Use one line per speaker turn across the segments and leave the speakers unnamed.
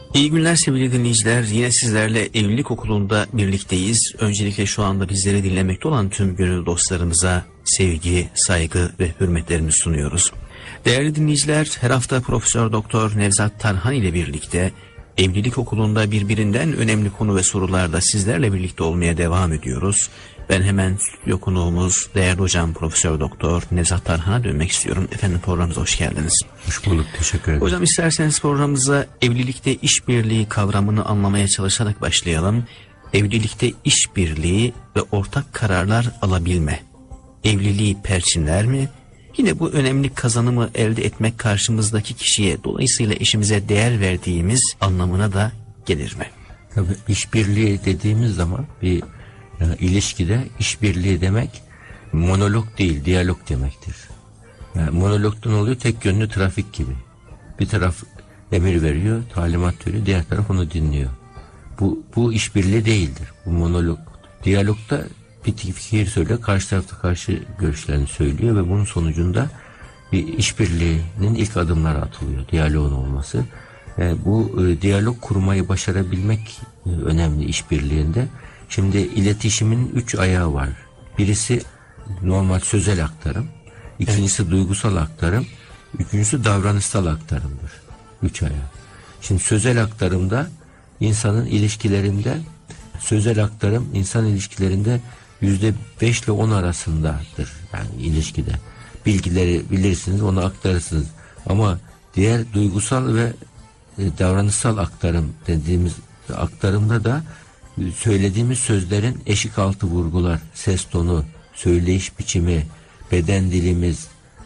İyi günler sevgili dinleyiciler. Yine sizlerle Evlilik Okulu'nda birlikteyiz. Öncelikle şu anda bizleri dinlemekte olan tüm gönül dostlarımıza sevgi, saygı ve hürmetlerimizi sunuyoruz. Değerli dinleyiciler, her hafta Profesör Doktor Nevzat Tarhan ile birlikte Evlilik Okulu'nda birbirinden önemli konu ve sorularda sizlerle birlikte olmaya devam ediyoruz. Ben hemen stüdyo konuğumuz değerli hocam Profesör Doktor Nevzat Tarhan'a dönmek istiyorum. Efendim programımıza hoş geldiniz.
Hoş bulduk, teşekkür ederim.
Hocam isterseniz programımıza evlilikte işbirliği kavramını anlamaya çalışarak başlayalım. Evlilikte işbirliği ve ortak kararlar alabilme. Evliliği perçinler mi? Yine bu önemli kazanımı elde etmek karşımızdaki kişiye, dolayısıyla eşimize değer verdiğimiz anlamına da gelir mi?
Tabii işbirliği dediğimiz zaman bir ilişkide işbirliği demek monolog değil, diyalog demektir. Yani monologda ne oluyor? Tek yönlü trafik gibi. Bir taraf emir veriyor, talimat veriyor, diğer taraf onu dinliyor. Bu işbirliği değildir. Bu monolog. Diyalogda bir fikir söylüyor, karşı tarafta karşı görüşlerini söylüyor ve bunun sonucunda bir işbirliğinin ilk adımları atılıyor. Diyaloğun olması. Bu diyalog kurmayı başarabilmek önemli işbirliğinde. Şimdi iletişimin 3 ayağı var. Birisi normal sözel aktarım, ikincisi duygusal aktarım, üçüncüsü davranışsal aktarımdır. 3 ayağı. Şimdi sözel aktarımda insanın ilişkilerinde, sözel aktarım insan ilişkilerinde %5 ile 10 arasındadır. Yani ilişkide. Bilgileri bilirsiniz, onu aktarırsınız. Ama diğer duygusal ve davranışsal aktarım dediğimiz aktarımda da söylediğimiz sözlerin eşik altı vurgular, ses tonu, söyleyiş biçimi, beden dilimiz,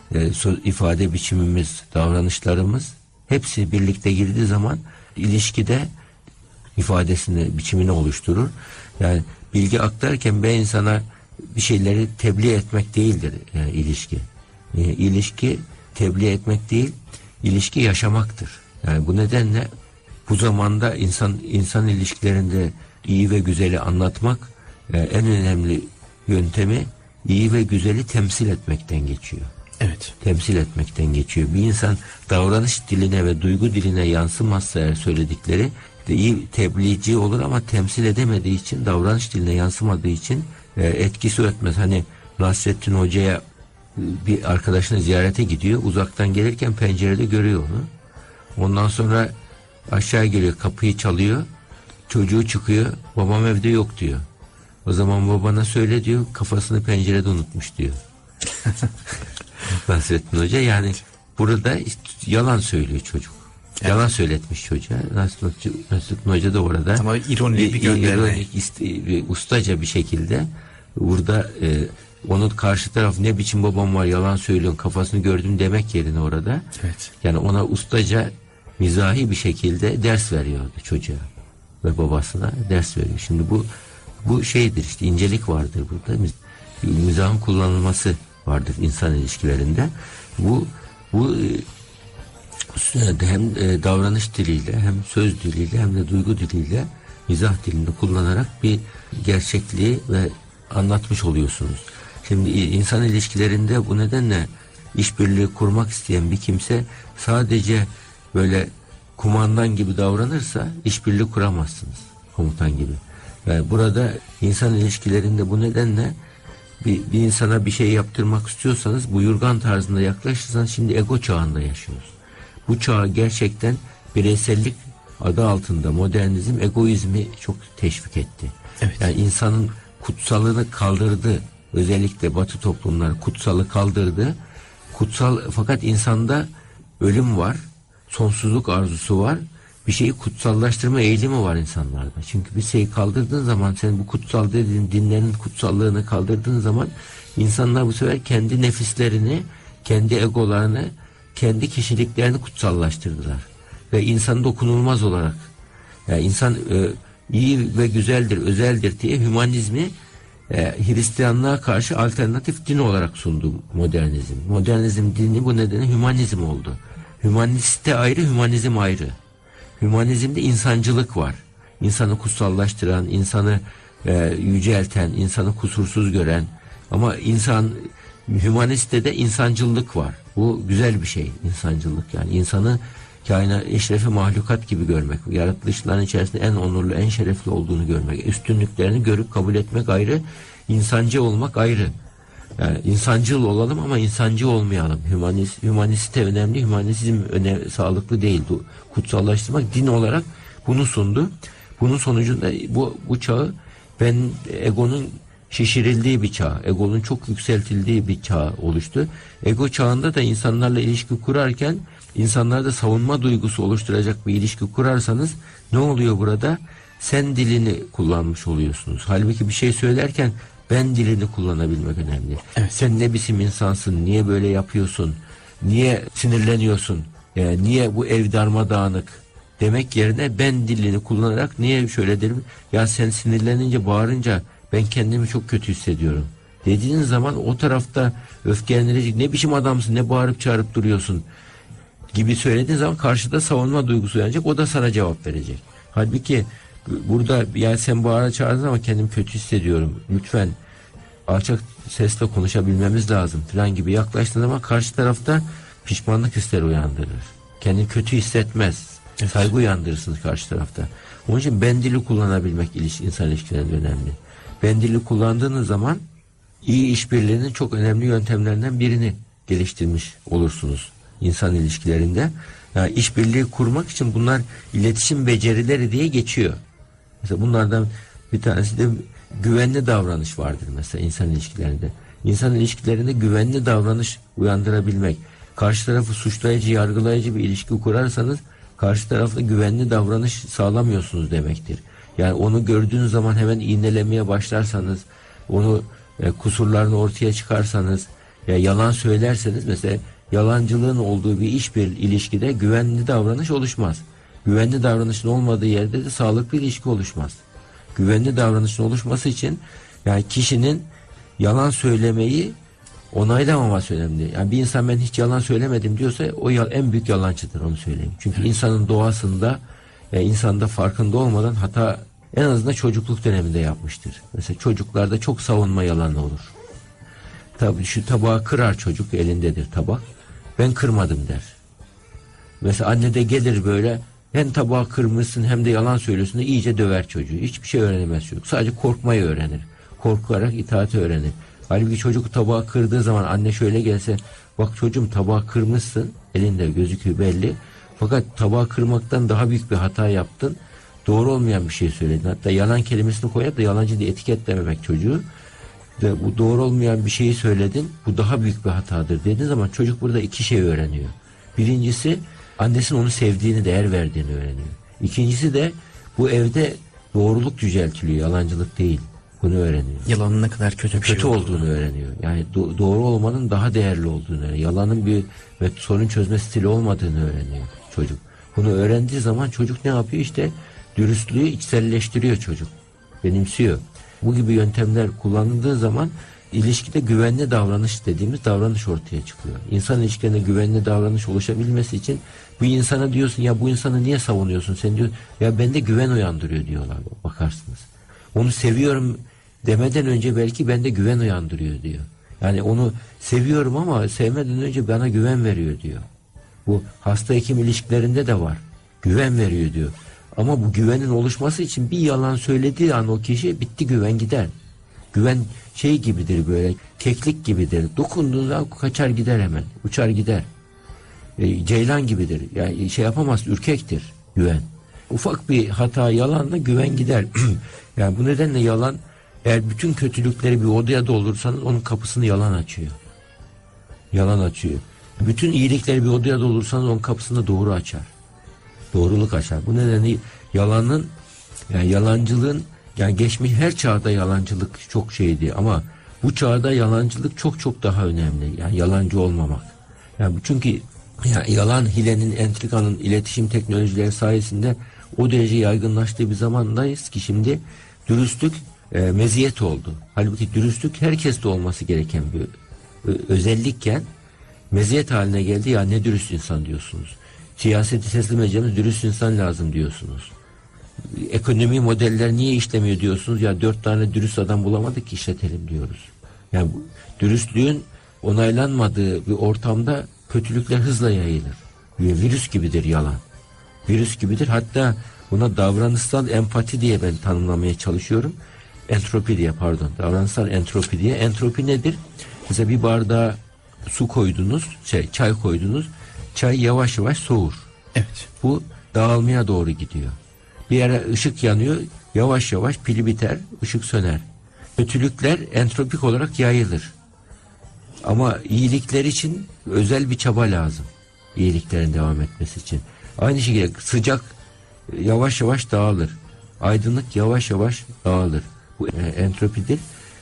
ifade biçimimiz, davranışlarımız hepsi birlikte girdiği zaman ilişkide ifadesini, biçimini oluşturur. Yani bilgi aktarırken ben insana bir şeyleri tebliğ etmek değildir ilişki. İlişki tebliğ etmek değil, ilişki yaşamaktır. Yani bu nedenle bu zamanda insan ilişkilerinde iyi ve güzeli anlatmak en önemli yöntemi iyi ve güzeli temsil etmekten geçiyor.
Evet.
Temsil etmekten geçiyor. Bir insan davranış diline ve duygu diline yansımazsa eğer söyledikleri de iyi tebliğci olur ama temsil edemediği için, davranış diline yansımadığı için etkisi ötmez. Hani Nasrettin Hoca'ya bir arkadaşını ziyarete gidiyor. Uzaktan gelirken pencerede görüyor onu. Ondan sonra aşağı geliyor, kapıyı çalıyor. Çocuğu çıkıyor, babam evde yok diyor. O zaman babana söyle diyor, kafasını pencerede unutmuş diyor. Nasrettin Hoca yani burada yalan söylüyor çocuk. Evet. Yalan söyletmiş çocuğa. Nasrettin Hoca da orada.
Ama ironik bir gönderme.
Ustaca bir şekilde burada onun karşı taraf ne biçim babam var yalan söylüyorsun kafasını gördüm demek yerine orada.
Evet.
Yani ona ustaca mizahi bir şekilde ders veriyordu çocuğa ve babasına ders veriyor. Şimdi bu şeydir işte incelik vardır burada. Mizahın kullanılması vardır insan ilişkilerinde. Bu hem davranış diliyle hem söz diliyle hem de duygu diliyle mizah dilini kullanarak bir gerçekliği ve anlatmış oluyorsunuz. Şimdi insan ilişkilerinde bu nedenle işbirliği kurmak isteyen bir kimse sadece böyle kumandan gibi davranırsa işbirliği kuramazsınız. Komutan gibi. Yani burada insan ilişkilerinde bu nedenle bir insana bir şey yaptırmak istiyorsanız buyurgan tarzında yaklaşırsanız şimdi ego çağında yaşıyoruz. Bu çağ gerçekten bireysellik adı altında modernizm egoizmi çok teşvik etti.
Evet.
Yani insanın kutsalını kaldırdı. Özellikle Batı toplumları kutsalı kaldırdı. Kutsal fakat insanda ölüm var. Sonsuzluk arzusu var. Bir şeyi kutsallaştırma eğilimi var insanlarda. Çünkü bir şeyi kaldırdığın zaman sen bu kutsal dediğin dinlerin kutsallığını kaldırdığın zaman insanlar bu sefer kendi nefislerini, kendi egolarını, kendi kişiliklerini kutsallaştırdılar. Ve insanı dokunulmaz olarak yani insan iyi ve güzeldir, özeldir diye hümanizmi Hristiyanlığa karşı alternatif din olarak sundu modernizm. Modernizm dini bu nedenle hümanizm oldu. Hümaniste ayrı, hümanizm ayrı. Hümanizmde insancılık var. İnsanı kutsallaştıran, insanı yücelten, insanı kusursuz gören. Ama hümaniste de insancılık var. Bu güzel bir şey, insancılık yani. İnsanı kainat eşrefi mahlukat gibi görmek, yaratılışların içerisinde en onurlu, en şerefli olduğunu görmek, üstünlüklerini görüp kabul etmek ayrı, insancı olmak ayrı. Yani insancıl olalım ama insancı olmayalım. Hümaniste önemli, hümanizm sağlıklı değil. Kutsallaştırmak din olarak bunu sundu. Bunun sonucunda bu çağı egonun şişirildiği bir çağ, egonun çok yükseltildiği bir çağ oluştu. Ego çağında da insanlarla ilişki kurarken insanlarda savunma duygusu oluşturacak bir ilişki kurarsanız ne oluyor burada? Sen dilini kullanmış oluyorsunuz. Halbuki bir şey söylerken ben dilini kullanabilmek önemli.
Evet.
Sen ne biçim insansın, niye böyle yapıyorsun, niye sinirleniyorsun, niye bu ev darmadağınık demek yerine ben dilini kullanarak niye şöyle derim, ya sen sinirlenince, bağırınca ben kendimi çok kötü hissediyorum dediğiniz zaman o tarafta öfkelenilecek, ne biçim adamsın, ne bağırıp çağırıp duruyorsun gibi söylediğin zaman karşıda savunma duygusu uyanacak, o da sana cevap verecek. Halbuki burada yani sen bağıra çağırdın ama kendimi kötü hissediyorum, lütfen alçak sesle konuşabilmemiz lazım falan gibi yaklaştığın zaman karşı tarafta pişmanlık hisleri uyandırır. Kendini kötü hissetmez.
Evet.
Saygı uyandırırsınız karşı tarafta. Onun için ben dili kullanabilmek insan ilişkilerinde önemli. Ben dili kullandığınız zaman iyi işbirliğinin çok önemli yöntemlerinden birini geliştirmiş olursunuz insan ilişkilerinde. Yani işbirliği kurmak için bunlar iletişim becerileri diye geçiyor. Mesela bunlardan bir tanesi de güvenli davranış vardır mesela insan ilişkilerinde. İnsan ilişkilerinde güvenli davranış uyandırabilmek. Karşı tarafı suçlayıcı, yargılayıcı bir ilişki kurarsanız karşı tarafta güvenli davranış sağlamıyorsunuz demektir. Yani onu gördüğünüz zaman hemen iğnelemeye başlarsanız, onu kusurlarını ortaya çıkarsanız, yalan söylerseniz, mesela yalancılığın olduğu bir ilişkide güvenli davranış oluşmaz. Güvenli davranışın olmadığı yerde de sağlıklı ilişki oluşmaz. Güvenli davranışın oluşması için yani kişinin yalan söylemeyi onaylamaması önemli. Yani bir insan ben hiç yalan söylemedim diyorsa o en büyük yalancıdır, onu söyleyeyim. Çünkü insanın doğasında insanda farkında olmadan hata en azından çocukluk döneminde yapmıştır. Mesela çocuklarda çok savunma yalanı olur. Tabii şu tabağı kırar çocuk, elindedir tabak. Ben kırmadım der. Mesela anne de gelir böyle, hem tabağı kırmışsın hem de yalan söylüyorsun da iyice döver çocuğu. Hiçbir şey öğrenemez çocuk. Sadece korkmayı öğrenir. Korkarak itaati öğrenir. Halbuki çocuk tabağı kırdığı zaman anne şöyle gelse, bak çocuğum tabağı kırmışsın, elinde gözüküyor belli. Fakat tabağı kırmaktan daha büyük bir hata yaptın. Doğru olmayan bir şey söyledin. Hatta yalan kelimesini koyar da yalancı diye etiketlememek çocuğu. Ve bu doğru olmayan bir şeyi söyledin, bu daha büyük bir hatadır dediğin zaman çocuk burada iki şey öğreniyor. Birincisi annesinin onu sevdiğini, değer verdiğini öğreniyor. İkincisi de bu evde doğruluk yüceltiliyor, yalancılık değil. Bunu öğreniyor.
Yalanın ne kadar kötü bir şey
olduğunu öğreniyor. Yani doğru olmanın daha değerli olduğunu öğreniyor. Yalanın bir sorun çözme stili olmadığını öğreniyor çocuk. Bunu öğrendiği zaman çocuk ne yapıyor? İşte dürüstlüğü içselleştiriyor çocuk. Benimsiyor. Bu gibi yöntemler kullanıldığı zaman ilişkide güvenli davranış dediğimiz davranış ortaya çıkıyor. İnsan ilişkilerinde güvenli davranış oluşabilmesi için bu insana diyorsun, ya bu insanı niye savunuyorsun sen, diyor ya bende güven uyandırıyor diyorlar, bakarsınız. Onu seviyorum demeden önce belki bende güven uyandırıyor diyor. Yani onu seviyorum ama sevmeden önce bana güven veriyor diyor. Bu hasta hekim ilişkilerinde de var. Güven veriyor diyor. Ama bu güvenin oluşması için bir yalan söylediği an o kişi bitti, güven gider. Güven şey gibidir, böyle keklik gibidir. Dokunduğunda kaçar gider hemen. Uçar gider. Ceylan gibidir. Yani şey yapamaz, ürkektir güven. Ufak bir hata yalanla güven gider. Yani bu nedenle yalan, eğer bütün kötülükleri bir odaya doldurursanız onun kapısını yalan açıyor. Yalan açıyor. Bütün iyilikleri bir odaya doldurursanız onun kapısını doğru açar. Doğruluk açar. Bu nedenle yalanın, yani yalancılığın, yani geçmiş her çağda yalancılık çok şeydi ama bu çağda yalancılık çok çok daha önemli. Yani yalancı olmamak. Yani çünkü yani yalan, hilenin, entrikanın, iletişim teknolojileri sayesinde o derece yaygınlaştığı bir zamandayız ki şimdi dürüstlük meziyet oldu. Halbuki dürüstlük herkeste olması gereken bir özellikken meziyet haline geldi. Ya ne dürüst insan diyorsunuz. Siyaseti teslim edeceğimiz dürüst insan lazım diyorsunuz. Ekonomi modeller niye işlemiyor diyorsunuz. Ya 4 tane dürüst adam bulamadık ki işletelim diyoruz. Yani dürüstlüğün onaylanmadığı bir ortamda kötülükler hızla yayılır. Virüs gibidir yalan. Virüs gibidir. Hatta buna davranışsal empati diye ben tanımlamaya çalışıyorum. Entropi diye, pardon. Davranışsal entropi diye. Entropi nedir? Mesela bir bardağa su koydunuz, çay koydunuz. Çay yavaş yavaş soğur.
Evet.
Bu dağılmaya doğru gidiyor. Bir yere ışık yanıyor, yavaş yavaş pili biter, ışık söner. Kötülükler entropik olarak yayılır. Ama iyilikler için özel bir çaba lazım. İyiliklerin devam etmesi için. Aynı şekilde sıcak yavaş yavaş dağılır. Aydınlık yavaş yavaş dağılır. Bu entropidir.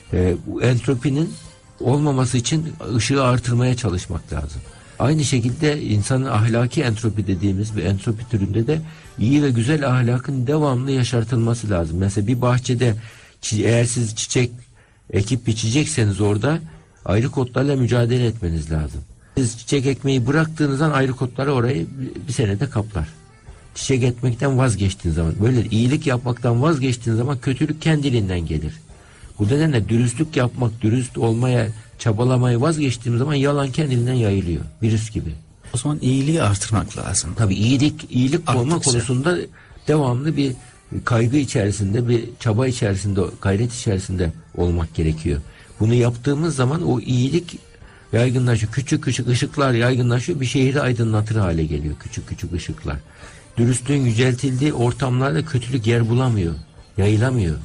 Bu entropinin olmaması için ışığı artırmaya çalışmak lazım. Aynı şekilde insanın ahlaki entropi dediğimiz bir entropi türünde de iyi ve güzel ahlakın devamlı yaşartılması lazım. Mesela bir bahçede eğer siz çiçek ekip biçecekseniz orada ayrık otlarla mücadele etmeniz lazım. Siz çiçek ekmeyi bıraktığınızdan ayrık otları orayı bir senede kaplar. Çiçek ekmekten vazgeçtiğiniz zaman, böyle iyilik yapmaktan vazgeçtiğiniz zaman kötülük kendiliğinden gelir. Bu nedenle dürüstlük yapmak, dürüst olmaya, çabalamayı vazgeçtiğimiz zaman yalan kendiliğinden yayılıyor. Virüs gibi.
O zaman iyiliği artırmak lazım.
Tabii iyilik olma konusunda devamlı bir kaygı içerisinde, bir çaba içerisinde, gayret içerisinde olmak gerekiyor. Bunu yaptığımız zaman o iyilik yaygınlaşıyor. Küçük küçük ışıklar yaygınlaşıyor. Bir şehri aydınlatır hale geliyor. Küçük küçük ışıklar. Dürüstlüğün yüceltildiği ortamlarda kötülük yer bulamıyor. Yayılamıyor.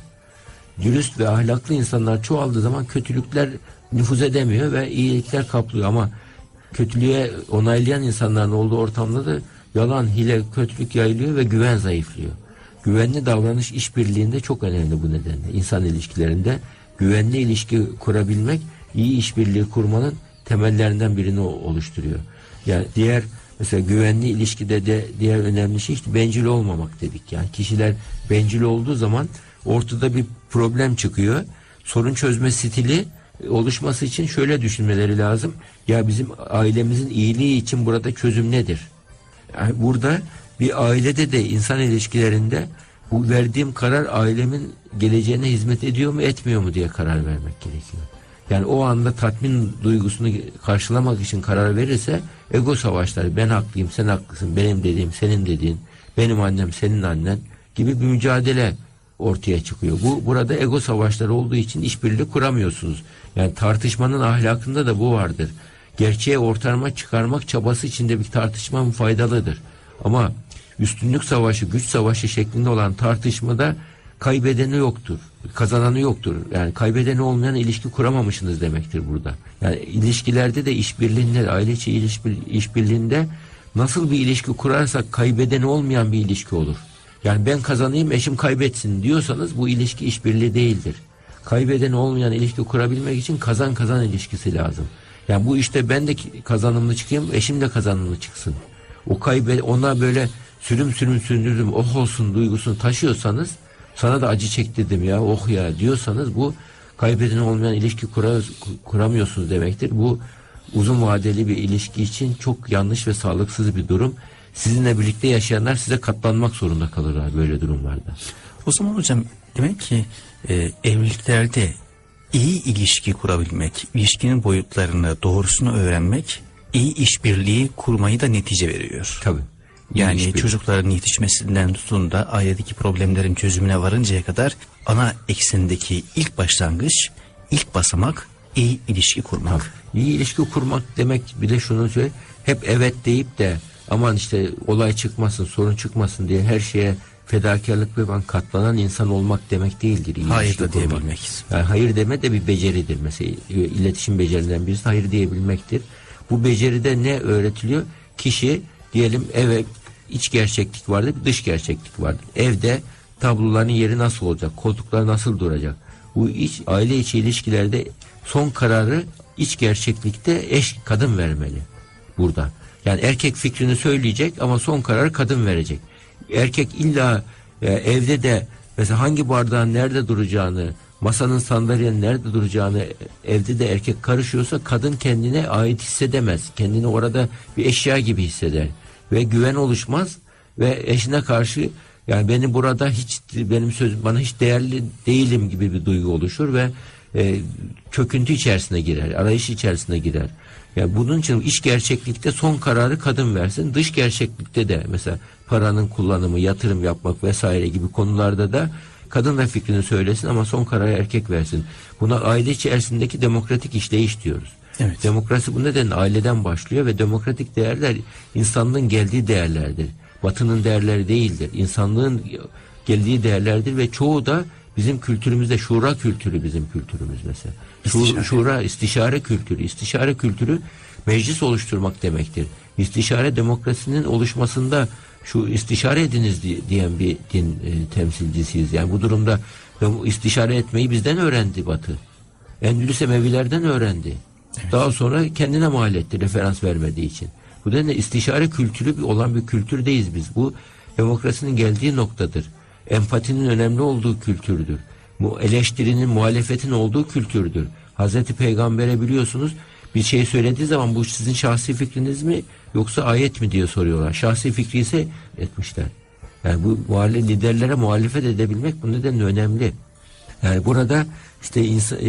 Dürüst ve ahlaklı insanlar çoğaldığı zaman kötülükler nüfuz edemiyor ve iyilikler kaplıyor. Ama kötülüğe onaylayan insanların olduğu ortamda da yalan, hile, kötülük yayılıyor ve güven zayıflıyor. Güvenli davranış işbirliğinde çok önemli bu nedenle. İnsan ilişkilerinde güvenli ilişki kurabilmek iyi işbirliği kurmanın temellerinden birini oluşturuyor. Yani mesela güvenli ilişkide de diğer önemli şey işte bencil olmamak dedik. Yani kişiler bencil olduğu zaman ortada bir problem çıkıyor. Sorun çözme stili oluşması için şöyle düşünmeleri lazım. Ya bizim ailemizin iyiliği için burada çözüm nedir? Yani burada bir ailede de insan ilişkilerinde bu verdiğim karar ailemin geleceğine hizmet ediyor mu etmiyor mu diye karar vermek gerekiyor. Yani o anda tatmin duygusunu karşılamak için karar verirse ego savaşları, ben haklıyım sen haklısın, benim dediğim senin dediğin, benim annem senin annen gibi bir mücadele ortaya çıkıyor. Burada ego savaşları olduğu için işbirliği kuramıyorsunuz. Yani tartışmanın ahlakında da bu vardır. Gerçeğe ortama çıkarmak çabası içinde bir tartışma faydalıdır. Ama üstünlük savaşı, güç savaşı şeklinde olan tartışmada kaybedeni yoktur. Kazananı yoktur. Yani kaybedeni olmayan ilişki kuramamışsınız demektir burada. Yani ilişkilerde de işbirliğinde, aile içi işbirliğinde nasıl bir ilişki kurarsak kaybedeni olmayan bir ilişki olur. Yani ben kazanayım eşim kaybetsin diyorsanız bu ilişki işbirliği değildir. Kaybedeni olmayan ilişki kurabilmek için kazan kazan ilişkisi lazım. Yani bu işte ben de kazanımlı çıkayım, eşim de kazanımlı çıksın. Ona böyle sürüm sündürdüm, oh olsun duygusunu taşıyorsanız, sana da acı çektirdim ya, oh ya diyorsanız bu kaybedeni olmayan ilişki kuramıyorsunuz demektir. Bu uzun vadeli bir ilişki için çok yanlış ve sağlıksız bir durum. Sizinle birlikte yaşayanlar size katlanmak zorunda kalırlar böyle durumlarda.
O zaman hocam demek ki evliliklerde iyi ilişki kurabilmek, ilişkinin boyutlarını, doğrusunu öğrenmek iyi işbirliği kurmayı da netice veriyor.
Tabii.
Yani çocukların yetişmesinden tutun da ailedeki problemlerin çözümüne varıncaya kadar ana eksendeki ilk başlangıç, ilk basamak iyi ilişki kurmak.
Tabii. İyi ilişki kurmak demek bir de şunu söyle, hep evet deyip de aman işte olay çıkmasın, sorun çıkmasın diye her şeye fedakarlık ve katlanan insan olmak demek değildir.
Hayır da diyebilmek.
Yani hayır deme de bir beceridir. Mesela iletişim becerilerinden birisi hayır diyebilmektir. Bu beceride ne öğretiliyor? Kişi diyelim eve iç gerçeklik vardır, dış gerçeklik vardır. Evde tabloların yeri nasıl olacak? Koltuklar nasıl duracak? Bu aile içi ilişkilerde son kararı iç gerçeklikte eş kadın vermeli burada. Yani erkek fikrini söyleyecek ama son kararı kadın verecek. Erkek illa evde de mesela hangi bardağın nerede duracağını, masanın sandalyenin nerede duracağını evde de erkek karışıyorsa kadın kendine ait hissedemez. Kendini orada bir eşya gibi hisseder. Ve güven oluşmaz ve eşine karşı yani beni burada hiç benim sözüm bana hiç değerli değilim gibi bir duygu oluşur ve çöküntü içerisine girer, arayış içerisine girer. Yani bunun için iç gerçeklikte son kararı kadın versin. Dış gerçeklikte de mesela paranın kullanımı, yatırım yapmak vesaire gibi konularda da kadın da fikrini söylesin ama son kararı erkek versin. Buna aile içerisindeki demokratik işleyiş diyoruz.
Evet.
Demokrasi bu nedenle aileden başlıyor ve demokratik değerler insanlığın geldiği değerlerdir. Batı'nın değerleri değildir. İnsanlığın geldiği değerlerdir ve çoğu da bizim kültürümüzde şura kültürü bizim kültürümüz mesela. Şura, istişare kültürü. İstişare kültürü meclis oluşturmak demektir. İstişare demokrasinin oluşmasında şu istişare ediniz diyen bir din temsilcisiyiz. Yani bu durumda istişare etmeyi bizden öğrendi Batı. Endülüs Emevilerden öğrendi. Evet. Daha sonra kendine mal etti referans vermediği için. Bu nedenle istişare kültürü olan bir kültürdeyiz biz. Bu demokrasinin geldiği noktadır. Empatinin önemli olduğu kültürdür. Bu eleştirinin, muhalefetin olduğu kültürdür. Hazreti Peygamber'e biliyorsunuz bir şey söylediği zaman bu sizin şahsi fikriniz mi yoksa ayet mi diye soruyorlar. Şahsi fikri ise etmişler. Yani bu liderlere muhalefet edebilmek bu nedenle önemli. Yani burada işte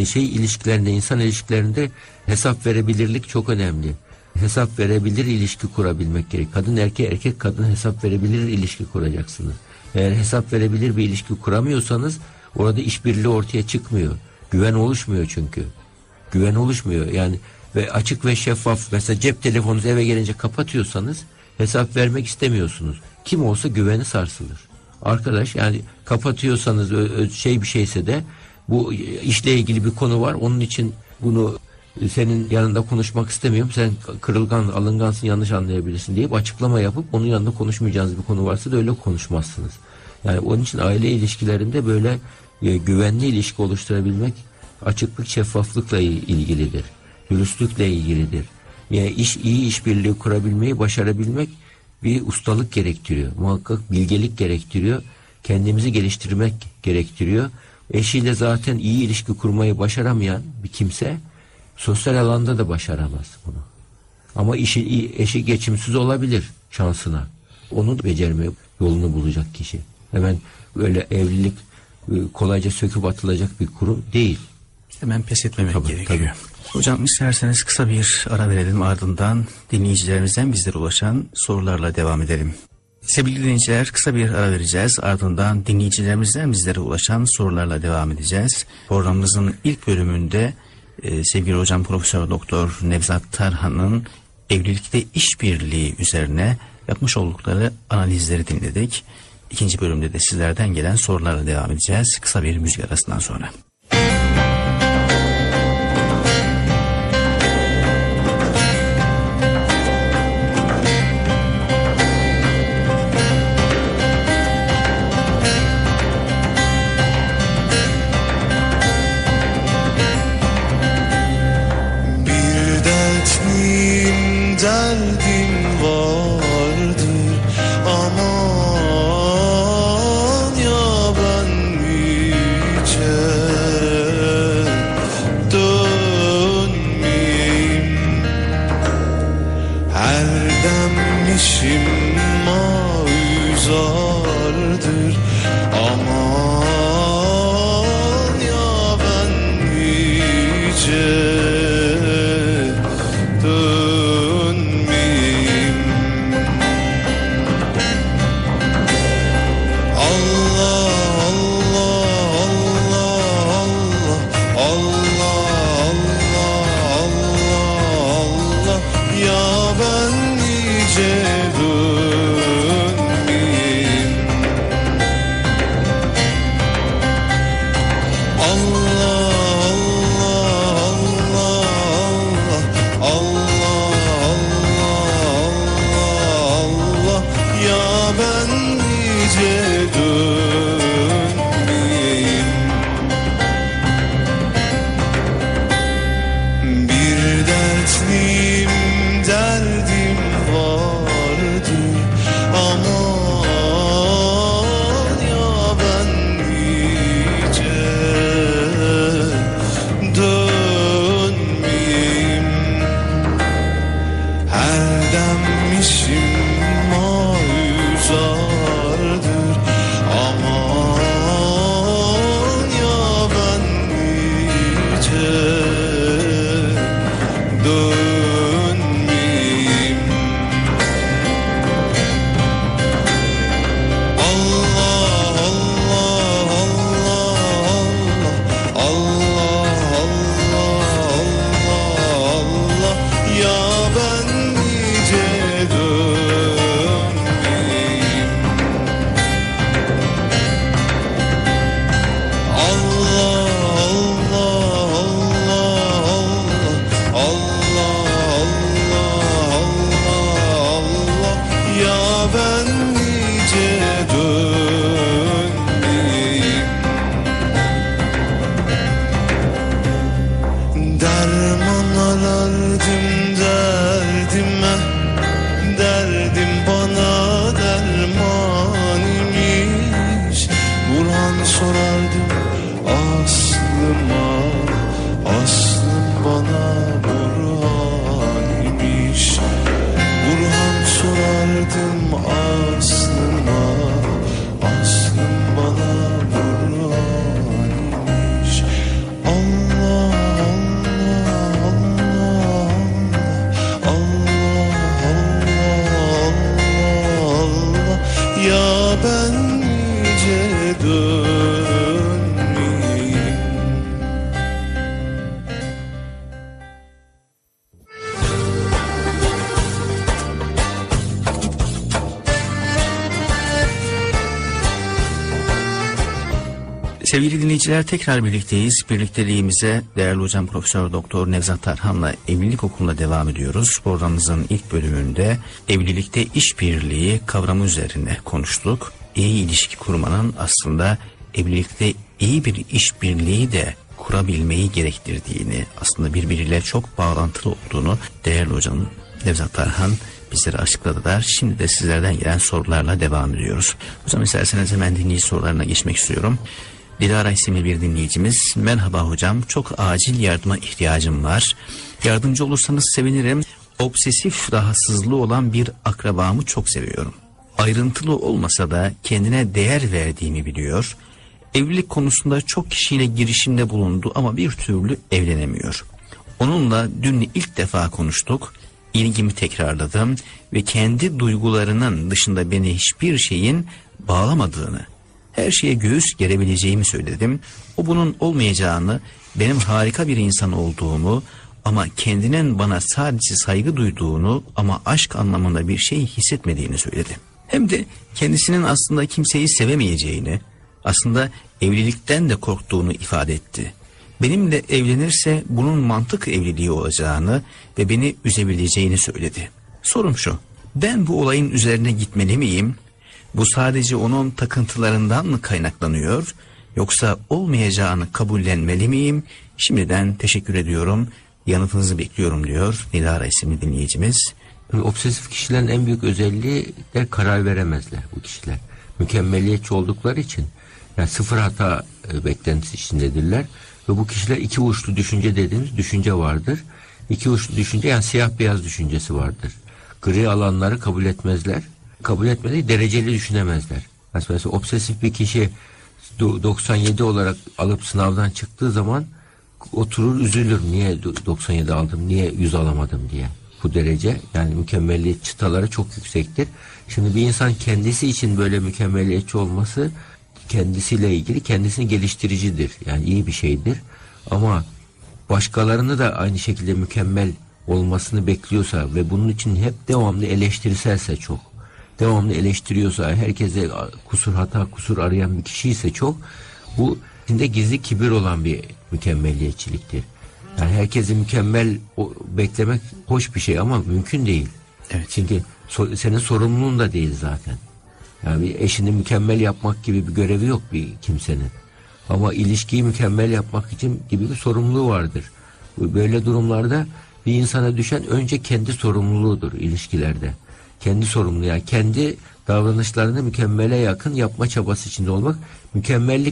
insan ilişkilerinde hesap verebilirlik çok önemli. Hesap verebilir ilişki kurabilmek gerek. Kadın erkek kadın hesap verebilir ilişki kuracaksınız. Eğer hesap verebilir bir ilişki kuramıyorsanız orada işbirliği ortaya çıkmıyor. Güven oluşmuyor çünkü. Güven oluşmuyor. Yani ve açık ve şeffaf mesela cep telefonunuzu eve gelince kapatıyorsanız hesap vermek istemiyorsunuz. Kim olsa güveni sarsılır. Arkadaş yani kapatıyorsanız bir şeyse de bu işle ilgili bir konu var. Onun için bunu senin yanında konuşmak istemiyorum. Sen kırılgan, alıngansın, yanlış anlayabilirsin deyip açıklama yapıp onun yanında konuşmayacağınız bir konu varsa da öyle konuşmazsınız. Yani onun için aile ilişkilerinde böyle güvenli ilişki oluşturabilmek açıklık, şeffaflıkla ilgilidir. Dürüstlükle ilgilidir. Yani iyi işbirliği kurabilmeyi başarabilmek bir ustalık gerektiriyor. Muhakkak bilgelik gerektiriyor. Kendimizi geliştirmek gerektiriyor. Eşiyle zaten iyi ilişki kurmayı başaramayan bir kimse sosyal alanda da başaramaz bunu. Ama eşi geçimsiz olabilir şansına. Onu da becerme yolunu bulacak kişi. Hemen böyle evlilik kolayca söküp atılacak bir kurum değil.
Hemen pes etmemek gerekiyor.
Tabii.
Hocam isterseniz kısa bir ara verelim, ardından dinleyicilerimizden bizlere ulaşan sorularla devam edelim. Sevgili dinleyiciler, kısa bir ara vereceğiz. Ardından dinleyicilerimizden bizlere ulaşan sorularla devam edeceğiz. Programımızın ilk bölümünde sevgili hocam Profesör Doktor Nevzat Tarhan'ın evlilikte işbirliği üzerine yapmış oldukları analizleri dinledik. İkinci bölümde de sizlerden gelen sorularla devam edeceğiz. Kısa bir müzik arasından sonra.
Derdim vardır aman ya ben nice dönmeyeyim her dem işim mayuzardır aman ya ben nice işim mayuzardır Burhan sorardım aslıma, aslım bana Burhan imiş. Burhan sorardım aslıma, aslım bana Burhan imiş. Allah Allah Allah Allah Allah, ya ben nice dönmeyeyim.
Sevgili dinleyiciler, tekrar birlikteyiz. Birlikteliğimize değerli hocam Profesör Doktor Nevzat Tarhan'la Evlilik Okulu'na devam ediyoruz. Programımızın ilk bölümünde evlilikte işbirliği kavramı üzerine konuştuk. İyi ilişki kurmanın aslında evlilikte iyi bir işbirliği de kurabilmeyi gerektirdiğini, aslında birbiriyle çok bağlantılı olduğunu değerli hocam Nevzat Tarhan bizlere açıkladılar. Şimdi de sizlerden gelen sorularla devam ediyoruz. Hocam isterseniz hemen dinleyici sorularına geçmek istiyorum. Dilara isimli bir dinleyicimiz, merhaba hocam, çok acil yardıma ihtiyacım var. Yardımcı olursanız sevinirim. Obsesif rahatsızlığı olan bir akrabamı çok seviyorum. Ayrıntılı olmasa da kendine değer verdiğimi biliyor. Evlilik konusunda çok kişiyle girişimde bulundu ama bir türlü evlenemiyor. Onunla dün ilk defa konuştuk. İlgimi tekrarladım ve kendi duygularının dışında beni hiçbir şeyin bağlamadığını, her şeye göğüs gerebileceğimi söyledim. O bunun olmayacağını, benim harika bir insan olduğumu ama kendinin bana sadece saygı duyduğunu ama aşk anlamında bir şey hissetmediğini söyledi. Hem de kendisinin aslında kimseyi sevemeyeceğini, aslında evlilikten de korktuğunu ifade etti. Benimle evlenirse bunun mantık evliliği olacağını ve beni üzebileceğini söyledi. Sorum şu, ben bu olayın üzerine gitmeli miyim? Bu sadece onun takıntılarından mı kaynaklanıyor? Yoksa olmayacağını kabullenmeli miyim? Şimdiden teşekkür ediyorum. Yanıtınızı bekliyorum diyor Dilara isimli dinleyicimiz.
Obsesif kişilerin en büyük özelliği de karar veremezler bu kişiler. Mükemmeliyetçi oldukları için yani sıfır hata beklentisi içindedirler. Ve bu kişiler iki uçlu düşünce dediğimiz düşünce vardır. İki uçlu düşünce yani siyah beyaz düşüncesi vardır. Gri alanları kabul etmezler. Kabul etmediği dereceli düşünemezler. Mesela obsesif bir kişi 97 olarak alıp sınavdan çıktığı zaman oturur üzülür. Niye 97 aldım, niye 100 alamadım diye. Bu derece yani mükemmeliyet çıtaları çok yüksektir. Şimdi bir insan kendisi için böyle mükemmeliyetçi olması kendisiyle ilgili kendisini geliştiricidir. Yani iyi bir şeydir. Ama başkalarını da aynı şekilde mükemmel olmasını bekliyorsa ve bunun için hep devamlı eleştirselse çok, devamlı eleştiriyorsa, herkese kusur arayan bir kişi ise çok, bu içinde gizli kibir olan bir mükemmeliyetçiliktir. Yani herkesi mükemmel beklemek hoş bir şey ama mümkün değil.
Evet.
Çünkü senin sorumluluğun da değil zaten. Yani bir eşini mükemmel yapmak gibi bir görevi yok bir kimsenin. Ama ilişkiyi mükemmel yapmak için gibi bir sorumluluğu vardır. Böyle durumlarda bir insana düşen önce kendi sorumluluğudur ilişkilerde. Kendi sorumluluğu, yani kendi davranışlarını mükemmele yakın yapma çabası içinde olmak. Mükemmellik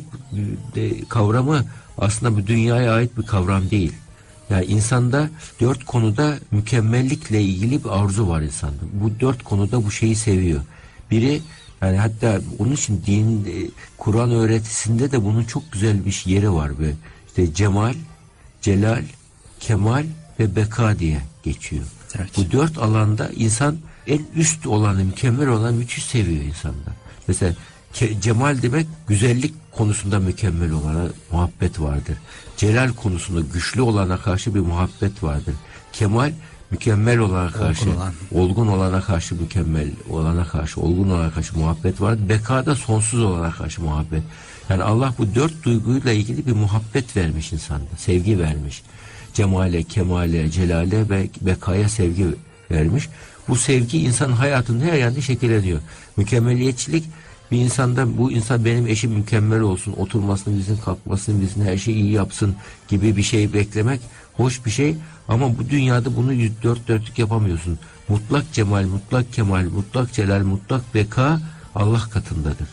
kavramı aslında bu dünyaya ait bir kavram değil. Yani insanda 4 konuda mükemmellikle ilgili bir arzu var insanda. Bu 4 konuda bu şeyi seviyor. Biri, yani hatta onun için din, Kur'an öğretisinde de bunun çok güzel bir yeri var. İşte cemal, celal, kemal ve beka diye geçiyor.
Evet.
Bu 4 alanda insan en üst olanı, mükemmel olanı müthiş seviyor insanda. Mesela cemal demek güzellik konusunda mükemmel olana muhabbet vardır. Celal konusunda güçlü olana karşı bir muhabbet vardır. Kemal mükemmel olana karşı, olgun olana karşı mükemmel olana karşı, olgun olana karşı muhabbet vardır. Bekada sonsuz olana karşı muhabbet. Yani Allah bu 4 duyguyla ilgili bir muhabbet vermiş insanda, sevgi vermiş. Cemale, kemale, celale ve bekaya sevgi vermiş. Bu sevgi insanın hayatında her yerde şekilleniyor. Mükemmeliyetçilik bir insanda, bu insan benim eşim mükemmel olsun, oturmasını bilsin, kalkmasını bilsin, her şeyi iyi yapsın gibi bir şey beklemek hoş bir şey. Ama bu dünyada bunu 4 dörtlük yapamıyorsun. Mutlak cemal, mutlak kemal, mutlak celal, mutlak beka Allah katındadır.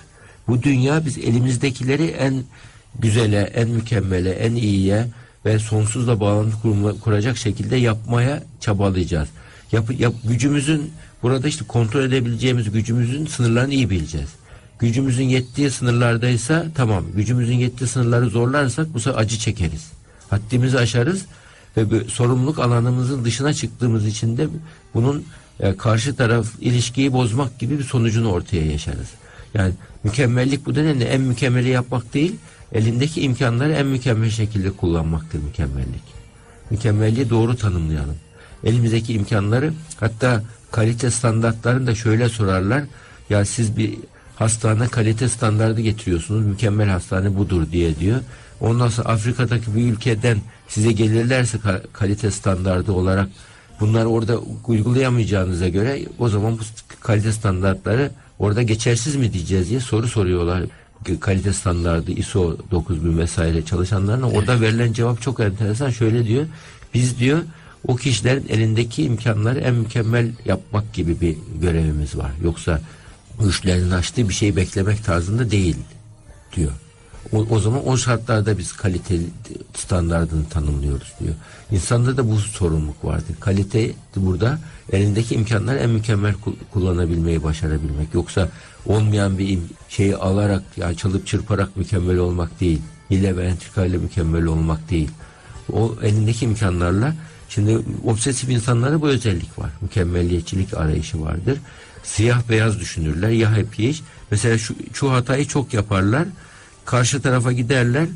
Bu dünya, biz elimizdekileri en güzele, en mükemmele, en iyiye ve sonsuzla bağlantı kuracak şekilde yapmaya çabalayacağız. Gücümüzün, burada işte kontrol edebileceğimiz gücümüzün sınırlarını iyi bileceğiz. Gücümüzün yettiği sınırlardaysa tamam. Gücümüzün yettiği sınırları zorlarsak bu sefer acı çekeriz. Haddimizi aşarız ve sorumluluk alanımızın dışına çıktığımız için de bunun karşı taraf ilişkiyi bozmak gibi bir sonucunu ortaya yaşarız. Yani mükemmellik bu nedenle en mükemmeli yapmak değil, elindeki imkanları en mükemmel şekilde kullanmaktır mükemmellik. Mükemmelliği doğru tanımlayalım. Elimizdeki imkanları, hatta kalite standartlarını da şöyle sorarlar. Ya siz bir hastane kalite standardı getiriyorsunuz, mükemmel hastane budur diye diyor. Ondan sonra Afrika'daki bir ülkeden size gelirlerse kalite standardı olarak, bunları orada uygulayamayacağınıza göre o zaman bu kalite standartları orada geçersiz mi diyeceğiz diye soru soruyorlar. Kalite standardı, ISO 9000 vesaire çalışanlarına. Orada verilen cevap çok enteresan. Şöyle diyor: biz diyor o kişilerin elindeki imkanları en mükemmel yapmak gibi bir görevimiz var. Yoksa güçlerinin açtığı bir şeyi beklemek tarzında değil diyor. O zaman o şartlarda biz kalite standardını tanımlıyoruz diyor. İnsanda da bu sorumluluk vardır. Kalite burada elindeki imkanları en mükemmel kullanabilmeyi başarabilmek. Yoksa olmayan bir şeyi alarak, yani çalıp çırparak mükemmel olmak değil. Hile ve entrikayla mükemmel olmak değil. O elindeki imkanlarla, şimdi obsesif insanlara bu özellik var. Mükemmelliyetçilik arayışı vardır. Siyah beyaz düşünürler. Ya hep ya hiç. Mesela şu hatayı çok yaparlar. Karşı tarafa giderler.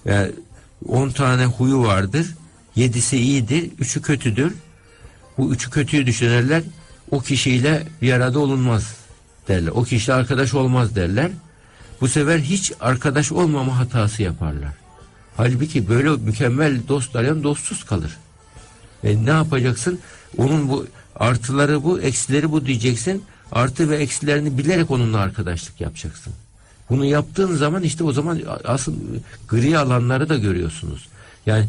10 tane huyu vardır. 7'si iyidir, 3'ü kötüdür. Bu 3'ü kötüyü düşünürler. O kişiyle bir arada olunmaz derler. O kişiyle arkadaş olmaz derler. Bu sefer hiç arkadaş olmama hatası yaparlar. Halbuki böyle mükemmel dost arayan dostsuz kalır. Ne yapacaksın? Onun bu artıları bu, eksileri bu diyeceksin. Artı ve eksilerini bilerek onunla arkadaşlık yapacaksın. Bunu yaptığın zaman işte o zaman asıl gri alanları da görüyorsunuz. Yani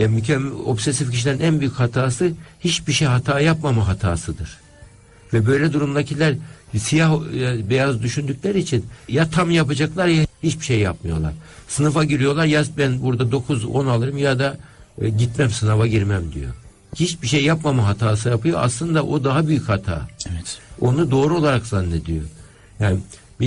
obsesif kişilerin en büyük hatası hiçbir şey hata yapmama hatasıdır. Ve böyle durumdakiler siyah beyaz düşündükleri için ya tam yapacaklar ya hiçbir şey yapmıyorlar. Sınıfa giriyorlar, ya ben burada 9-10 alırım ya da gitmem, sınava girmem diyor. Hiçbir şey yapmama hatası yapıyor. Aslında o daha büyük hata.
Evet.
Onu doğru olarak zannediyor. Yani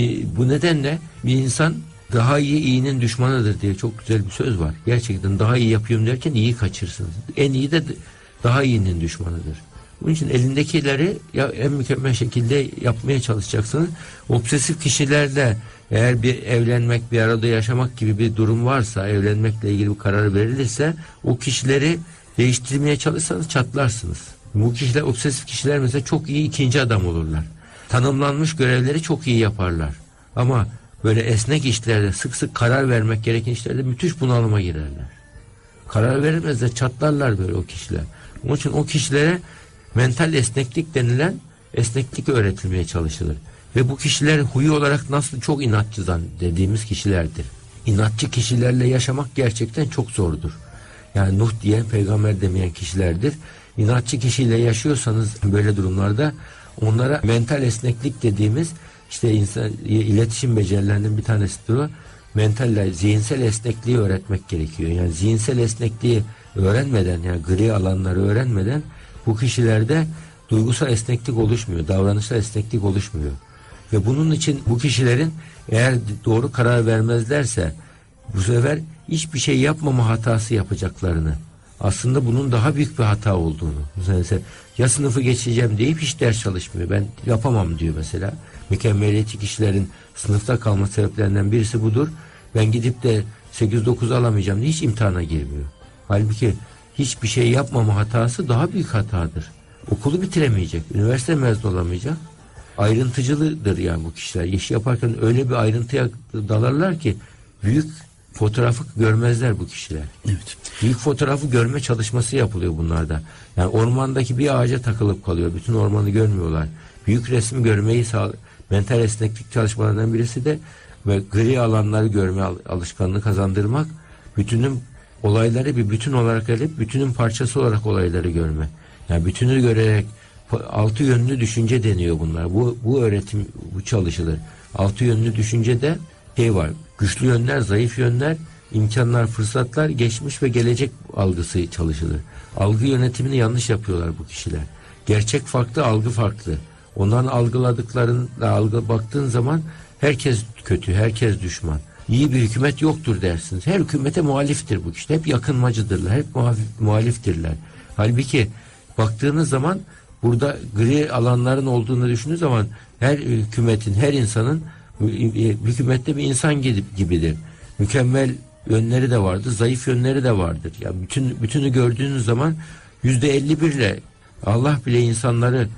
bu nedenle bir insan daha iyinin düşmanıdır diye çok güzel bir söz var. Gerçekten daha iyi yapıyorum derken iyi kaçırsınız. En iyi de daha iyinin düşmanıdır. Bunun için elindekileri en mükemmel şekilde yapmaya çalışacaksınız. Obsesif kişilerle eğer bir evlenmek, bir arada yaşamak gibi bir durum varsa, evlenmekle ilgili bir karar verilirse, o kişileri değiştirmeye çalışsanız çatlarsınız. Bu kişiler, obsesif kişiler mesela çok iyi ikinci adam olurlar. Tanımlanmış görevleri çok iyi yaparlar. Ama böyle esnek işlerde, sık sık karar vermek gereken işlerde müthiş bunalıma girerler. Karar veremezler, çatlarlar böyle o kişiler. Onun için o kişilere mental esneklik denilen esneklik öğretilmeye çalışılır. Ve bu kişiler huyu olarak nasıl çok inatçı dediğimiz kişilerdir. İnatçı kişilerle yaşamak gerçekten çok zordur. Yani Nuh diyen, peygamber demeyen kişilerdir. İnatçı kişiyle yaşıyorsanız böyle durumlarda onlara mental esneklik dediğimiz, işte insan iletişim becerilerinden bir tanesidir o. Mental, zihinsel esnekliği öğretmek gerekiyor. Yani zihinsel esnekliği öğrenmeden, yani gri alanları öğrenmeden bu kişilerde duygusal esneklik oluşmuyor, davranışsal esneklik oluşmuyor. Ve bunun için bu kişilerin eğer doğru karar vermezlerse bu sefer hiçbir şey yapmama hatası yapacaklarını, aslında bunun daha büyük bir hata olduğunu, mesela ya sınıfı geçeceğim deyip hiç ders çalışmıyor, ben yapamam diyor mesela. Mükemmeliyetçi kişilerin sınıfta kalma sebeplerinden birisi budur. Ben gidip de 8-9 alamayacağım diye hiç imtihana girmiyor. Halbuki hiçbir şey yapmama hatası daha büyük hatadır. Okulu bitiremeyecek, üniversite mezun olamayacak. Ayrıntıcılıdır yani bu kişiler. İş yaparken öyle bir ayrıntıya dalarlar ki büyük fotoğrafı görmezler bu kişiler.
Evet.
Büyük fotoğrafı görme çalışması yapılıyor bunlarda. Yani ormandaki bir ağaca takılıp kalıyor. Bütün ormanı görmüyorlar. Büyük resmi görmeyi mental esneklik çalışmalarından birisi de ve gri alanları görme alışkanlığı kazandırmak. Bütünün olayları bir bütün olarak alıp bütünün parçası olarak olayları görme. Yani bütünü görerek altı yönlü düşünce deniyor bunlar. Bu öğretim bu çalışılır. Altı yönlü düşünce de şey var. Güçlü yönler, zayıf yönler, imkanlar, fırsatlar, geçmiş ve gelecek algısı çalışılır. Algı yönetimini yanlış yapıyorlar bu kişiler. Gerçek farklı, algı farklı. Onların algı baktığın zaman herkes kötü, herkes düşman. İyi bir hükümet yoktur dersiniz. Her hükümete muhaliftir bu kişiler. Hep yakınmacıdırlar, hep muhaliftirler. Halbuki baktığınız zaman burada gri alanların olduğunu düşündüğünüz zaman her hükümetin, her insanın hükümette bir insan gibidir. Mükemmel yönleri de vardır, zayıf yönleri de vardır. Ya bütünü gördüğünüz zaman %51 ile Allah bile insanları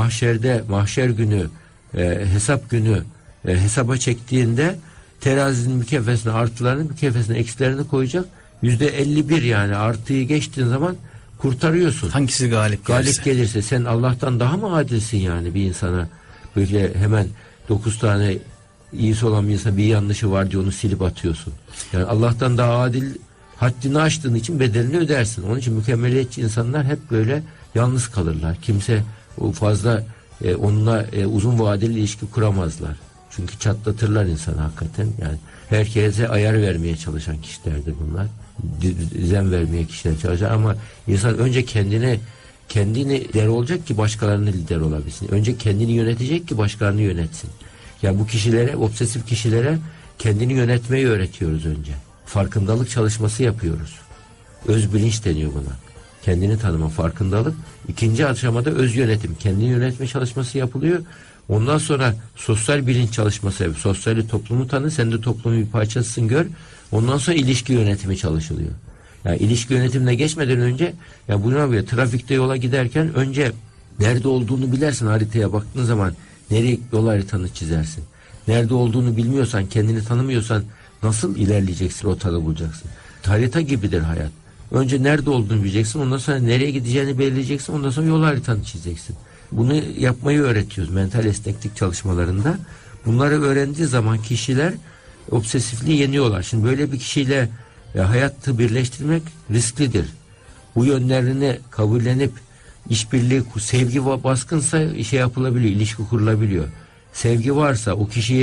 mahşer günü, hesap günü hesaba çektiğinde terazinin mükeffesine artılarını, mükeffesine eksilerini koyacak. %51 yani artıyı geçtiğin zaman kurtarıyorsun.
Hangisi galip
gelirse sen Allah'tan daha mı adilsin yani bir insana böyle hemen 9 tane iyisi olan bir insan bir yanlışı var diye onu silip atıyorsun. Yani Allah'tan daha adil, haddini aştığın için bedelini ödersin. Onun için mükemmeliyetçi insanlar hep böyle yalnız kalırlar. Kimse o fazla onunla uzun vadeli ilişki kuramazlar. Çünkü çatlatırlar insanı hakikaten. Yani herkese ayar vermeye çalışan kişilerdir bunlar. Düzen vermeye kişiler çalışan ama insan önce kendini lider olacak ki başkalarını lider olabilsin. Önce kendini yönetecek ki başkalarını yönetsin. Ya bu kişilere, obsesif kişilere kendini yönetmeyi öğretiyoruz önce. Farkındalık çalışması yapıyoruz. Öz bilinç deniyor buna. Kendini tanıma, farkındalık. İkinci aşamada öz yönetim. Kendini yönetme çalışması yapılıyor. Ondan sonra sosyal bilinç çalışması yapıyor. Sosyal toplumu tanı, sen de toplumun bir parçasısın gör. Ondan sonra ilişki yönetimi çalışılıyor. Yani ilişki yönetimine geçmeden önce ya bu ne yapıyor? Trafikte yola giderken önce nerede olduğunu bilersin, haritaya baktığın zaman nereye yol haritanı çizersin. Nerede olduğunu bilmiyorsan, kendini tanımıyorsan nasıl ilerleyeceksin, rotanı bulacaksın. Harita gibidir hayat. Önce nerede olduğunu bileceksin, ondan sonra nereye gideceğini belirleyeceksin, ondan sonra yol haritanı çizeceksin. Bunu yapmayı öğretiyoruz mental esneklik çalışmalarında. Bunları öğrendiği zaman kişiler obsesifliği yeniyorlar. Şimdi böyle bir kişiyle hayatı birleştirmek risklidir. Bu yönlerini kabullenip işbirliği, sevgi baskınsa şey yapılabiliyor, ilişki kurulabiliyor. Sevgi varsa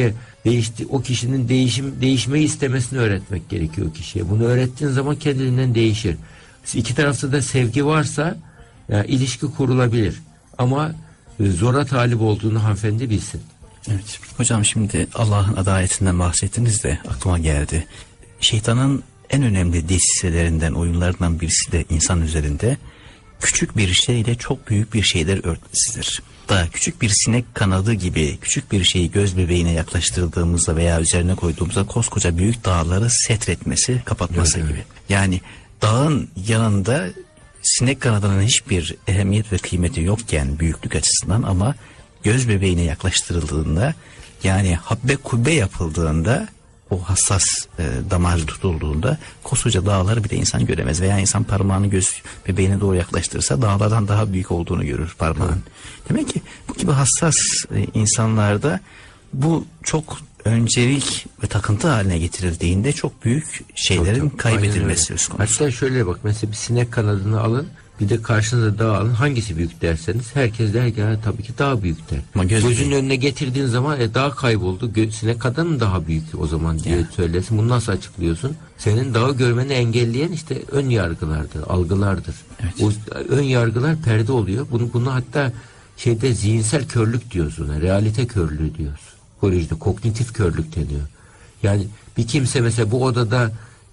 o kişinin değişmeyi istemesini öğretmek gerekiyor kişiye. Bunu öğrettiğin zaman kendiliğinden değişir. İki tarafta da sevgi varsa ilişki kurulabilir. Ama zora talip olduğunu hanımefendi bilsin.
Evet. Hocam şimdi Allah'ın adaletinden bahsettiniz de aklıma geldi. Şeytanın en önemli desiselerinden, oyunlarından birisi de insan üzerinde küçük bir şeyle çok büyük bir şeyler örtmesidir. Daha küçük bir sinek kanadı gibi küçük bir şeyi göz bebeğine yaklaştırdığımızda veya üzerine koyduğumuzda koskoca büyük dağları setretmesi, kapatması gibi. Yani dağın yanında sinek kanadının hiçbir ehemmiyet ve kıymeti yokken büyüklük açısından ama göz bebeğine yaklaştırıldığında yani habbe kubbe yapıldığında o hassas damar tutulduğunda koskoca dağları bile insan göremez veya insan parmağını göz bebeğine doğru yaklaştırırsa dağlardan daha büyük olduğunu görür parmağın. Demek ki bu gibi hassas insanlarda bu çok öncelik ve takıntı haline getirildiğinde çok büyük şeylerin kaybedilmesi söz konusu.
Hatta şöyle bak, mesela bir sinek kanadını alın, bir de karşınıza dağ alın, hangisi büyük derseniz herkes der ki tabii ki daha büyük der. Ama gözünün önüne getirdiğin zaman dağ kayboldu, sinek kanadı mı daha büyük o zaman diye söylesin. Bunu nasıl açıklıyorsun? Senin dağı görmeni engelleyen işte ön yargılardır, algılardır.
Evet.
O ön yargılar perde oluyor. Bunu hatta zihinsel körlük diyoruz ona, realite körlüğü diyoruz. Kolejde kognitif körlük deniyor. Yani bir kimse mesela bu odada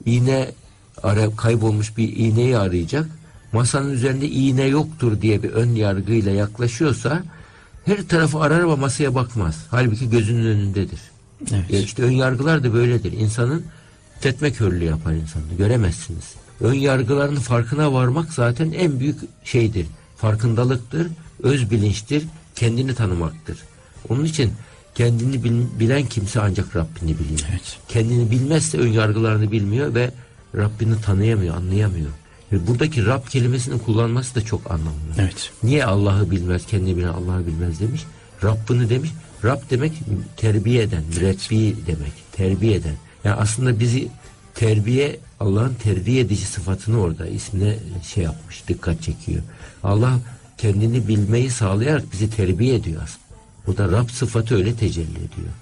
kaybolmuş bir iğneyi arayacak. Masanın üzerinde iğne yoktur diye bir ön yargıyla yaklaşıyorsa her tarafı arar ama masaya bakmaz. Halbuki gözünün önündedir.
Evet.
İşte ön yargılar da böyledir. İnsanın tüketme körlüğü yapar insanı. Göremezsiniz. Ön yargıların farkına varmak zaten en büyük şeydir. Farkındalıktır, öz bilinçtir, kendini tanımaktır. Onun için kendini bilen kimse ancak Rabbini biliyor.
Evet.
Kendini bilmezse ön yargılarını bilmiyor ve Rabbini tanıyamıyor, anlayamıyor. Buradaki Rab kelimesinin kullanması da çok anlamlı.
Evet.
Niye Allah'ı bilmez, kendini bilen Allah'ı bilmez demiş? Rabbini demiş. Rab demek terbiye eden, mürebbi demek. Terbiye eden. Yani aslında bizi Allah'ın terbiye edici sıfatını orada ismine yapmış, dikkat çekiyor. Allah kendini bilmeyi sağlayarak bizi terbiye ediyor aslında. Bu da Rab sıfatı öyle tecelli ediyor.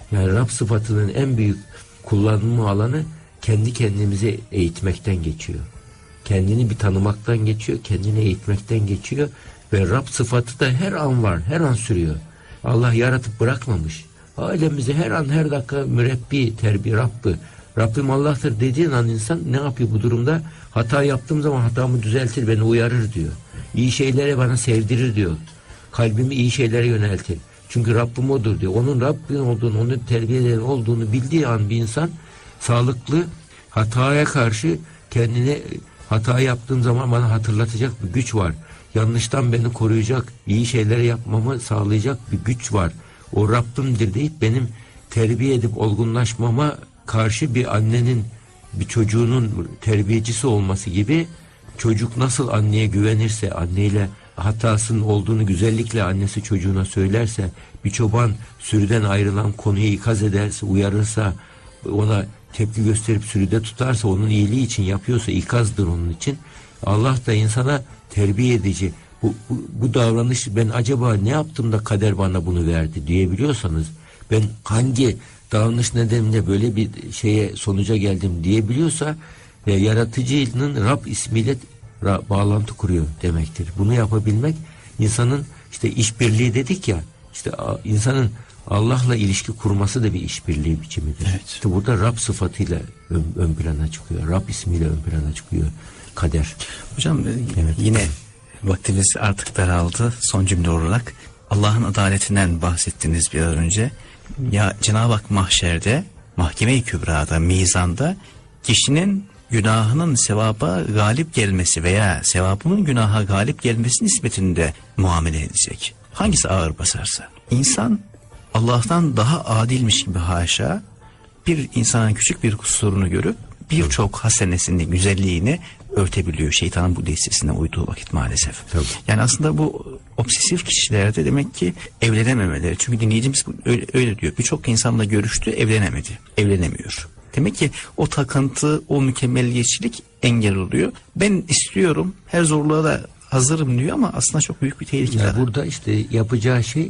Yani Rab sıfatının en büyük kullanma alanı kendi kendimizi eğitmekten geçiyor. Kendini bir tanımaktan geçiyor, kendini eğitmekten geçiyor ve Rab sıfatı da her an var, her an sürüyor. Allah yaratıp bırakmamış. Ailemizi her an, her dakika mürebbi, terbiye, Rabbim Allah'tır dediğin an insan ne yapıyor bu durumda? Hata yaptığım zaman hatamı düzeltir, beni uyarır diyor. İyi şeylere bana sevdirir diyor. Kalbimi iyi şeylere yöneltir. Çünkü Rabbim odur diyor. Onun Rabbin olduğunu, onun terbiyeleri olduğunu bildiği an bir insan sağlıklı, hataya karşı kendine, hata yaptığım zaman bana hatırlatacak bir güç var. Yanlıştan beni koruyacak, iyi şeyleri yapmamı sağlayacak bir güç var. O Rabbimdir deyip benim terbiye edip olgunlaşmama karşı bir annenin, bir çocuğunun terbiyecisi olması gibi, çocuk nasıl anneye güvenirse, anneyle hatasının olduğunu güzellikle annesi çocuğuna söylerse, bir çoban sürüden ayrılan konuyu ikaz ederse, uyarırsa, ona tepki gösterip sürüde tutarsa, onun iyiliği için yapıyorsa, ikazdır onun için. Allah da insana terbiye edici. Bu davranış, ben acaba ne yaptım da kader bana bunu verdi diyebiliyorsanız, ben hangi davranış nedeniyle böyle bir sonuca geldim diyebiliyorsa, yaratıcının Rab ismiyle bağlantı kuruyor demektir. Bunu yapabilmek insanın, işte işbirliği dedik ya, işte insanın Allah'la ilişki kurması da bir işbirliği biçimidir.
Evet.
İşte burada Rab sıfatıyla ön plana çıkıyor. Rab ismiyle ön plana çıkıyor kader.
Hocam yine vaktimiz artık daraldı. Son cümle olarak Allah'ın adaletinden bahsettiniz biraz önce. Ya Cenab-ı Hak mahşerde, mahkeme-i kübrada, mizanda kişinin günahının sevaba galip gelmesi veya sevabının günaha galip gelmesi nispetinde muamele edecek. Hangisi ağır basarsa. İnsan Allah'tan daha adilmiş gibi haşa, bir insanın küçük bir kusurunu görüp birçok hasenesini, güzelliğini örtebiliyor. Şeytanın bu destesine uyduğu vakit maalesef.
Tabii.
Yani aslında bu obsesif kişilerde demek ki evlenememeleri. Çünkü dinleyicimiz öyle diyor. Birçok insanla görüştü, evlenemedi. Evlenemiyor. Demek ki o takıntı, o mükemmeliyetçilik engel oluyor. Ben istiyorum, her zorluğa da hazırım diyor ama aslında çok büyük bir tehlike.
Yani burada işte yapacağı şey,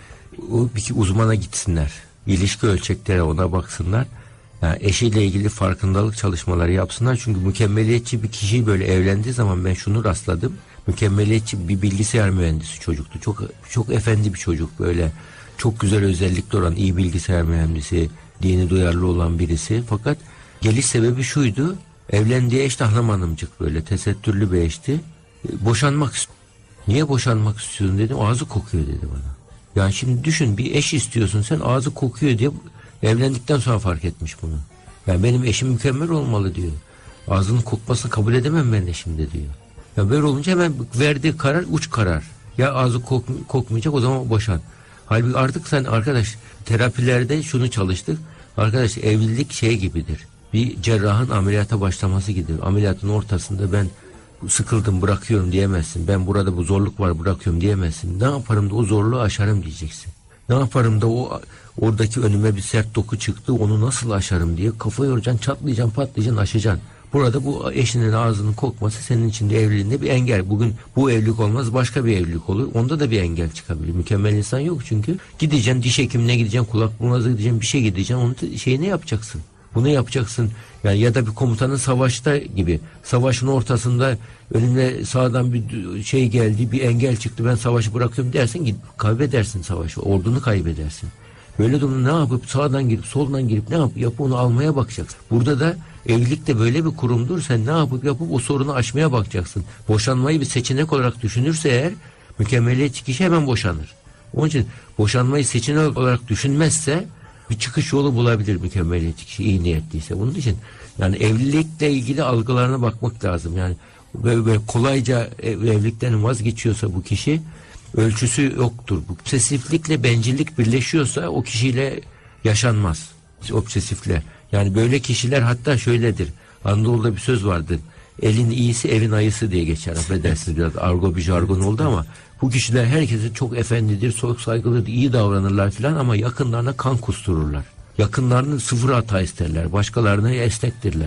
o bir uzmana gitsinler. İlişki ölçekleri ona baksınlar. Yani eşiyle ilgili farkındalık çalışmaları yapsınlar. Çünkü mükemmeliyetçi bir kişi böyle evlendiği zaman ben şunu rastladım. Mükemmeliyetçi bir bilgisayar mühendisi çocuktu. Çok efendi bir çocuk, böyle çok güzel özellikli olan, iyi bilgisayar mühendisi, dini duyarlı olan birisi. Fakat geliş sebebi şuydu. Evlendiği eş de hanım hanımcık, böyle tesettürlü bir eşti. Boşanmak istiyor. Niye boşanmak istiyorsun dedim. Ağzı kokuyor dedi bana. Yani şimdi düşün, bir eş istiyorsun sen, ağzı kokuyor diye, evlendikten sonra fark etmiş bunu. Yani benim eşim mükemmel olmalı diyor. Ağzının kokmasını kabul edemem ben eşimde diyor. Ya böyle olunca hemen verdiği karar uç karar. Ya ağzı kokmayacak, o zaman boşan. Halbuki artık sen arkadaş, terapilerde şunu çalıştık. Arkadaş, evlilik gibidir. Bir cerrahın ameliyata başlaması gibidir. Ameliyatın ortasında ben sıkıldım bırakıyorum diyemezsin. Ben burada bu zorluk var bırakıyorum diyemezsin. Ne yaparım da o zorluğu aşarım diyeceksin. Ne yaparım da oradaki önüme bir sert doku çıktı, onu nasıl aşarım diye kafayı yoracaksın, çatlayacaksın, patlayacaksın, aşacaksın. Burada bu eşinin ağzının kokması senin için de evliliğinde bir engel. Bugün bu evlilik olmaz, başka bir evlilik olur. Onda da bir engel çıkabilir. Mükemmel insan yok çünkü. Gideceksin, diş hekimine gideceksin, kulak burnaza gideceksin, bir şey gideceksin. Onun ne yapacaksın? Bunu yapacaksın. Yani ya da bir komutanın savaşta gibi. Savaşın ortasında önüne sağdan bir geldi, bir engel çıktı, ben savaşı bırakıyorum dersin, git kaybedersin savaşı. Ordunu kaybedersin. Böyle durumda ne yapıp sağdan girip soldan girip ne yapıp onu almaya bakacaksın. Burada da evlilik de böyle bir kurumdur. Sen ne yapıp o sorunu aşmaya bakacaksın. Boşanmayı bir seçenek olarak düşünürse eğer, mükemmeliyetçi kişi hemen boşanır. Onun için boşanmayı seçenek olarak düşünmezse bir çıkış yolu bulabilir mükemmeliyetçi kişi, iyi niyetliyse. Bunun için yani evlilikle ilgili algılarına bakmak lazım. Yani böyle kolayca evlilikten vazgeçiyorsa bu kişi, ölçüsü yoktur. Bu obsesiflikle bencillik birleşiyorsa o kişiyle yaşanmaz. Obsesifle. Yani böyle kişiler hatta şöyledir. Anadolu'da bir söz vardır. Elin iyisi evin ayısı diye geçer. Affedersiniz, biraz argo bir jargon oldu ama bu kişiler herkese çok efendidir, çok saygılıdır, iyi davranırlar filan ama yakınlarına kan kustururlar. Yakınlarını sıfır hata isterler. Başkalarına esnektirler.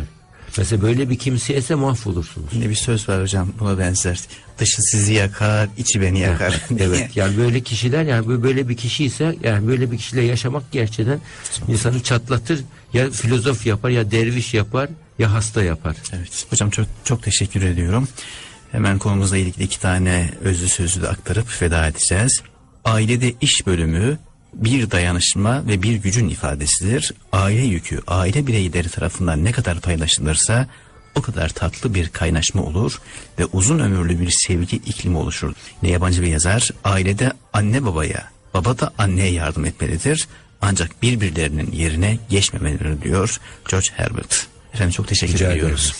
Mesela böyle bir kimseyse mahvolursunuz.
Yine bir söz var hocam, buna benzer. Dışı sizi yakar, içi beni yakar.
Evet, yani böyle kişiler, yani böyle bir kişi ise, yani böyle bir kişiyle yaşamak gerçekten insanı çatlatır. Ya filozof yapar, ya derviş yapar, ya hasta yapar.
Evet hocam, çok çok teşekkür ediyorum. Hemen konumuzla ilgili 2 tane özlü sözü de aktarıp veda edeceğiz. Ailede iş bölümü bir dayanışma ve bir gücün ifadesidir. Aile yükü aile bireyleri tarafından ne kadar paylaşılırsa o kadar tatlı bir kaynaşma olur ve uzun ömürlü bir sevgi iklimi oluşur. Ne yabancı bir yazar, ailede anne babaya, baba da anneye yardım etmelidir. Ancak birbirlerinin yerine geçmemelidir diyor George Herbert. Efendim çok teşekkür
Rica
ediyoruz.
ederim.